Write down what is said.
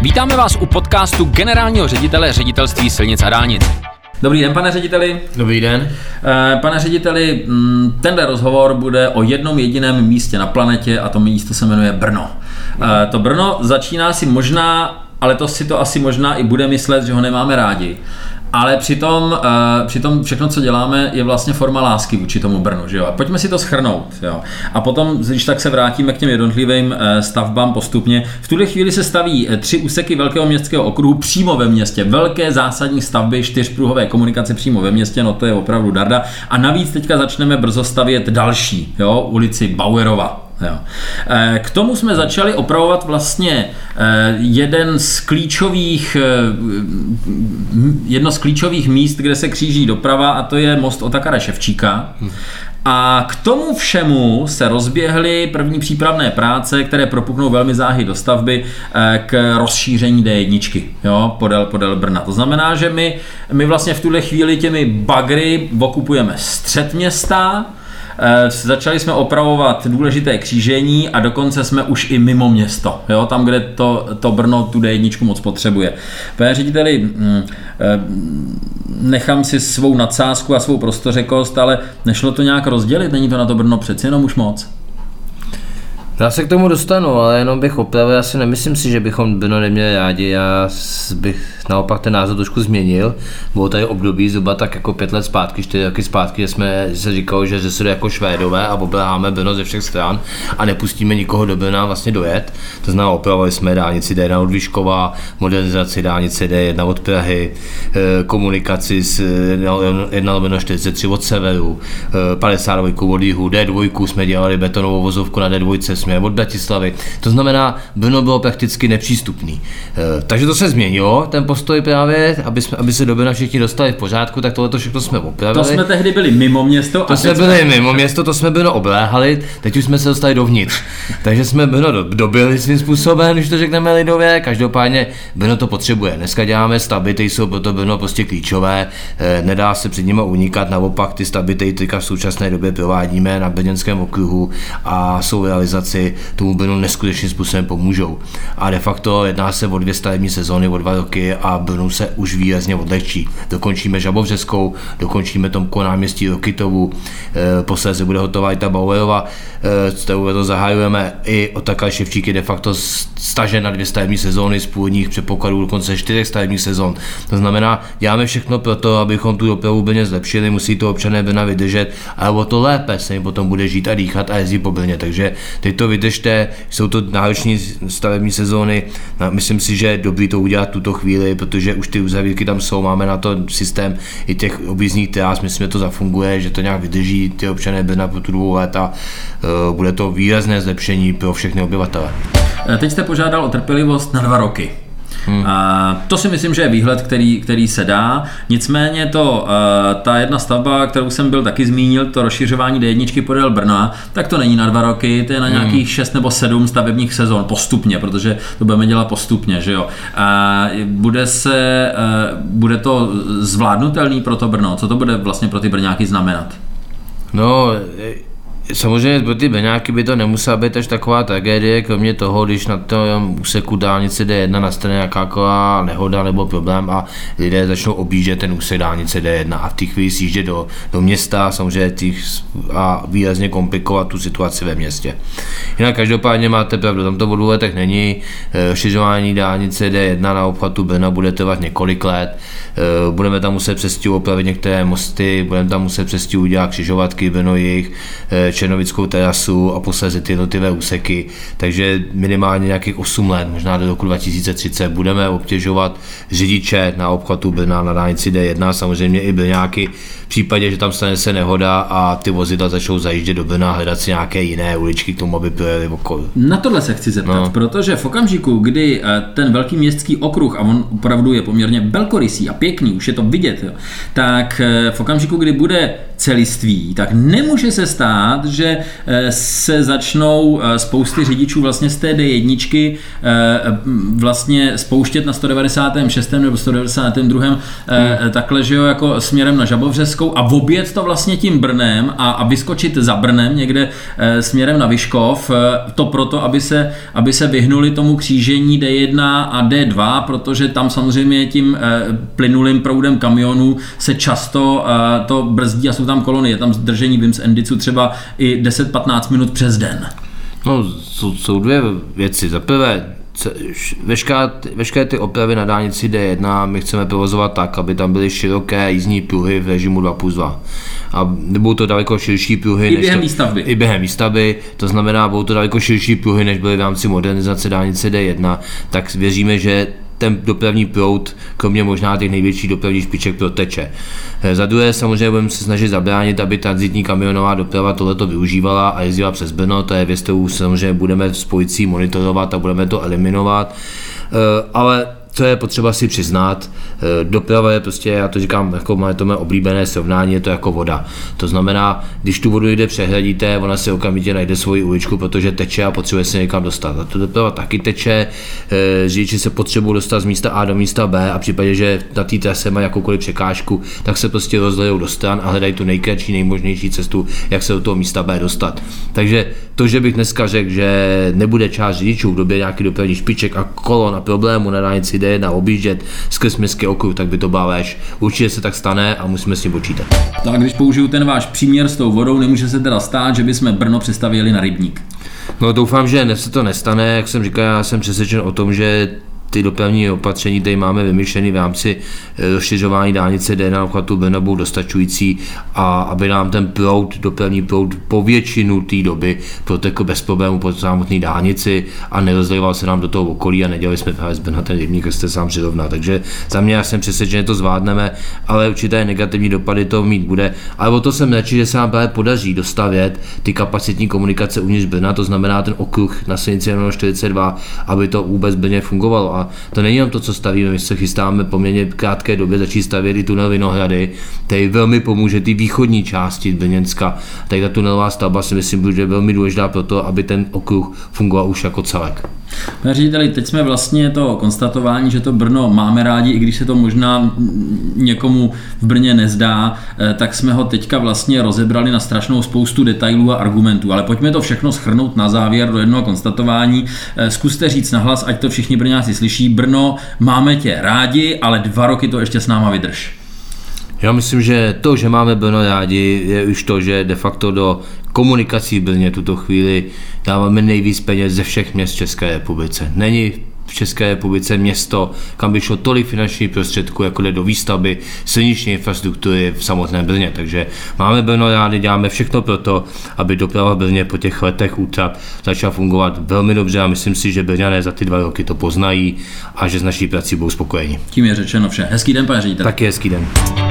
Vítáme vás u podcastu generálního ředitele Ředitelství silnic a dálnic. Dobrý den, pane řediteli. Dobrý den. Pane řediteli, tenhle rozhovor bude o jednom jediném místě na planetě a to místo se jmenuje Brno. To Brno začíná si možná, ale to si to asi možná i bude myslet, že ho nemáme rádi. Ale přitom všechno, co děláme, je vlastně forma lásky vůči tomu Brnu, že jo? Pojďme si to shrnout, jo? A potom, když tak se vrátíme k těm jednotlivým stavbám postupně. V tuhle chvíli se staví 3 úseky velkého městského okruhu přímo ve městě. Velké zásadní stavby, 4pruhové komunikace přímo ve městě, no to je opravdu darda. A navíc teďka začneme brzo stavět další, jo? Ulici Bauerova. Jo. K tomu jsme začali opravovat vlastně jedno z klíčových míst, kde se kříží doprava, a to je most Otakara Ševčíka. A k tomu všemu se rozběhly první přípravné práce, které propuknou velmi záhy do stavby k rozšíření D1, jo, podél Brna. To znamená, že my vlastně v tuhle chvíli těmi bagry okupujeme střed města. Začali jsme opravovat důležité křížení a dokonce jsme už i mimo město, jo? Tam, kde to Brno tu D1 moc potřebuje. Pane řediteli, nechám si svou nadsázku a svou prostořekost, ale nešlo to nějak rozdělit? Není to na to Brno přeci jenom už moc? Já se k tomu dostanu, ale jenom bych opravil, já si nemyslím si, že bychom Brno neměli rádi, já bych naopak ten názor trošku změnil. Bylo tady období zhruba tak jako 5 let zpátky, 4 roky zpátky, že se říkalo, že se jde jako Švédové a obléháme Brno ze všech stran a nepustíme nikoho do Brna vlastně dojet. To znamená, opravovali jsme dálnici D1 od Vyškova, modernizaci dálnice D1 od Prahy, komunikaci s 1/43 od severu, 52 od jihu, D2 jsme dělali betonovou vozovku na D2 jsme od Bratislavy. To znamená, Brno bylo prakticky nepřístupný. Takže to se změnilo, ten postoj právě, aby se do Brna všichni dostali v pořádku, tak tohleto všechno jsme opravili. To jsme tehdy byli mimo město. To jsme Brno obléhali, teď už jsme se dostali dovnitř. Takže jsme Brno dobili svým způsobem, když to řekneme lidově. Každopádně Brno to potřebuje. Dneska děláme stavby, ty jsou pro to Brno prostě klíčové. Nedá se před nimi unikat, naopak ty stavby, ty v současné době provádíme na brněnském okruhu a jsou realizaci tomu Brnu neskutečným způsobem pomůžou. A de facto jedná se o 2 stavební sezóny, o 2 roky a Brnu se už výrazně odlehčí. Dokončíme Žabovřeskou, dokončíme Tomkovo náměstí Rokytovu, posléze bude hotová i ta Bauerova, kterou to zahajujeme, i Otakar Ševčík je de facto stažen na 2 stavební sezóny z původních předpokladů dokonce 4 stavebních sezon. To znamená, děláme všechno pro to, abychom tu dopravu Brně zlepšili, musí to občané Brna vydržet, ale o to lépe se jim potom bude žít a dýchat a jezdit po Brně. Takže teď to vydržte, jsou to náročné stavební sezóny, myslím si, že je dobrý to udělat tuto chvíli, protože už ty uzavírky tam jsou, máme na to systém i těch objízdných tras, myslím, že to zafunguje, že to nějak vydrží ty občané Brna po tu 2 léta, bude to výrazné zlepšení pro všechny obyvatele. Teď jste požádal o trpělivost na 2 roky. To si myslím, že je výhled, který se dá. Nicméně ta jedna stavba, kterou jsem byl taky zmínil, to rozšiřování D1 podél Brna, tak to není na 2 roky, to je na nějakých 6 nebo 7 stavebních sezon postupně, protože to budeme dělat postupně, že jo. Bude to zvládnutelný pro to Brno? Co to bude vlastně pro ty Brňáky znamenat? No, samozřejmě pro ty Brňáky by to nemusela být až taková tragédie, kromě toho, když na tom úseku dálnice D1 nastane jakáková nehoda nebo problém a lidé začnou objíždět ten úsek dálnice D1 a v té chvíli sjíždět do města samozřejmě a výrazně komplikovat tu situaci ve městě. Jinak každopádně máte pravdu, tam to po 2 letech není, rozšiřování dálnice D1 na obchvatu Brna bude trvat několik let, budeme tam muset přestíhu opravit některé mosty, budeme tam muset přestíhu udělat křižovatky Brno-Jih, Černovickou terasu a posléze ty jednotlivé úseky, takže minimálně nějakých 8 let, možná do roku 2030 budeme obtěžovat řidiče na obchvatu Brna na dálnici D1, samozřejmě i Brňáky v případě, že tam stane se nehoda a ty vozidla začnou zajíždět do Brna, hledat si nějaké jiné uličky k tomu, aby projeli okolo. Na tohle se chci zeptat, protože v okamžiku, kdy ten velký městský okruh, a on opravdu je poměrně velkorysý a pěkný, už je to vidět, jo, tak v okamžiku, kdy bude celiství, tak nemůže se stát, že se začnou spousty řidičů vlastně z té D1 vlastně spouštět na 196. nebo 192. Takhle, že jo, jako směrem na Žabovřeskou a objet to vlastně tím Brnem a vyskočit za Brnem někde směrem na Vyškov, to proto, aby se vyhnuli tomu křížení D1 a D2, protože tam samozřejmě tím plynulým proudem kamionů se často to brzdí a jsou tam kolony, je tam zdržení Vims Endicu třeba i 10-15 minut přes den. No, jsou dvě věci. Za prvé, veškeré ty opravy na dálnici D1 my chceme provozovat tak, aby tam byly široké jízdní pruhy v režimu 2+2. A nebudou to daleko širší pruhy i během výstavby, to znamená, budou to daleko širší pruhy, než byly v rámci modernizace dálnice D1, tak věříme, že ten dopravní proud, kromě možná těch největších dopravních špiček, proteče. Za druhé samozřejmě budeme se snažit zabránit, aby tranzitní kamionová doprava tohleto využívala a jezdila přes Brno, to je věc, kterou samozřejmě budeme spojící monitorovat a budeme to eliminovat, ale co je potřeba si přiznat, doprava je prostě, já to říkám, jako máme to mé oblíbené srovnání, je to jako voda. To znamená, když tu vodu někde přehradíte, ona si okamžitě najde svoji uličku, protože teče a potřebuje se někam dostat. A to doprava taky teče, řidiči se potřebují dostat z místa A do místa B a v případě, že na té trase mají jakoukoliv překážku, tak se prostě rozlejou do stran a hledají tu nejkratší, nejmožnější cestu, jak se do toho místa B dostat. Takže to, že bych dneska řekl, že nebude část řidičů v době nějaký dopravní špiček a kolon a problémů na dálnici D1 objíždět skrz městský okruh, tak by to byla lež. Určitě se tak stane a musíme s tím počítat. Tak když použiju ten váš příměr s tou vodou, nemůže se teda stát, že bychom Brno přestavěli na rybník. No doufám, že se to nestane, jak jsem říkal, já jsem přesvědčen o tom, že ty dopravní opatření, které máme vymyšlené v rámci rozšiřování dálnice D na obchvatu Brna, budou dostačující a aby nám ten dopravní proud po většinu té doby protekl bez problémů po samotné dálnici a nerozlival se nám do toho okolí a nedělali jsme právě z Brna ten rybník, jak jste sám přirovnal. Takže za mě já jsem přesvědčen, že to zvládneme, ale určité negativní dopady to mít bude. Ale o to jsem radši, že se nám právě podaří dostavět ty kapacitní komunikace uvnitř Brna, to znamená ten okruh na silnici 42, aby to vůbec Brně fungovalo. A to není jenom to, co stavíme, my se chystáme poměrně krátké době začít stavět i tunel Vinohrady, který velmi pomůže ty východní části Brněnska. Tady ta tunelová stavba si myslím, že je velmi důležitá pro to, aby ten okruh fungoval už jako celek. Pane řediteli, teď jsme vlastně to konstatování, že to Brno máme rádi, i když se to možná někomu v Brně nezdá, tak jsme ho teďka vlastně rozebrali na strašnou spoustu detailů a argumentů. Ale pojďme to všechno shrnout na závěr do jednoho konstatování. Zkuste říct nahlas, ať to všichni Brňáci slyší. Brno, máme tě rádi, ale 2 roky to ještě s náma vydrž. Já myslím, že to, že máme Brno rádi, je už to, že de facto do komunikací v Brně tuto chvíli dáváme nejvíc peněz ze všech měst v České republice. Není v České republice město, kam by šlo tolik finančních prostředků, jako jde do výstavby silniční infrastruktury v samotném Brně. Takže máme Brno rádi, děláme všechno pro to, aby doprava v Brně po těch letech útrap začala fungovat velmi dobře a myslím si, že Brňané za ty 2 roky to poznají a že s naší prací budou spokojeni. Tím je řečeno vše. Hezký den, pane ředitel. Taky hezký den.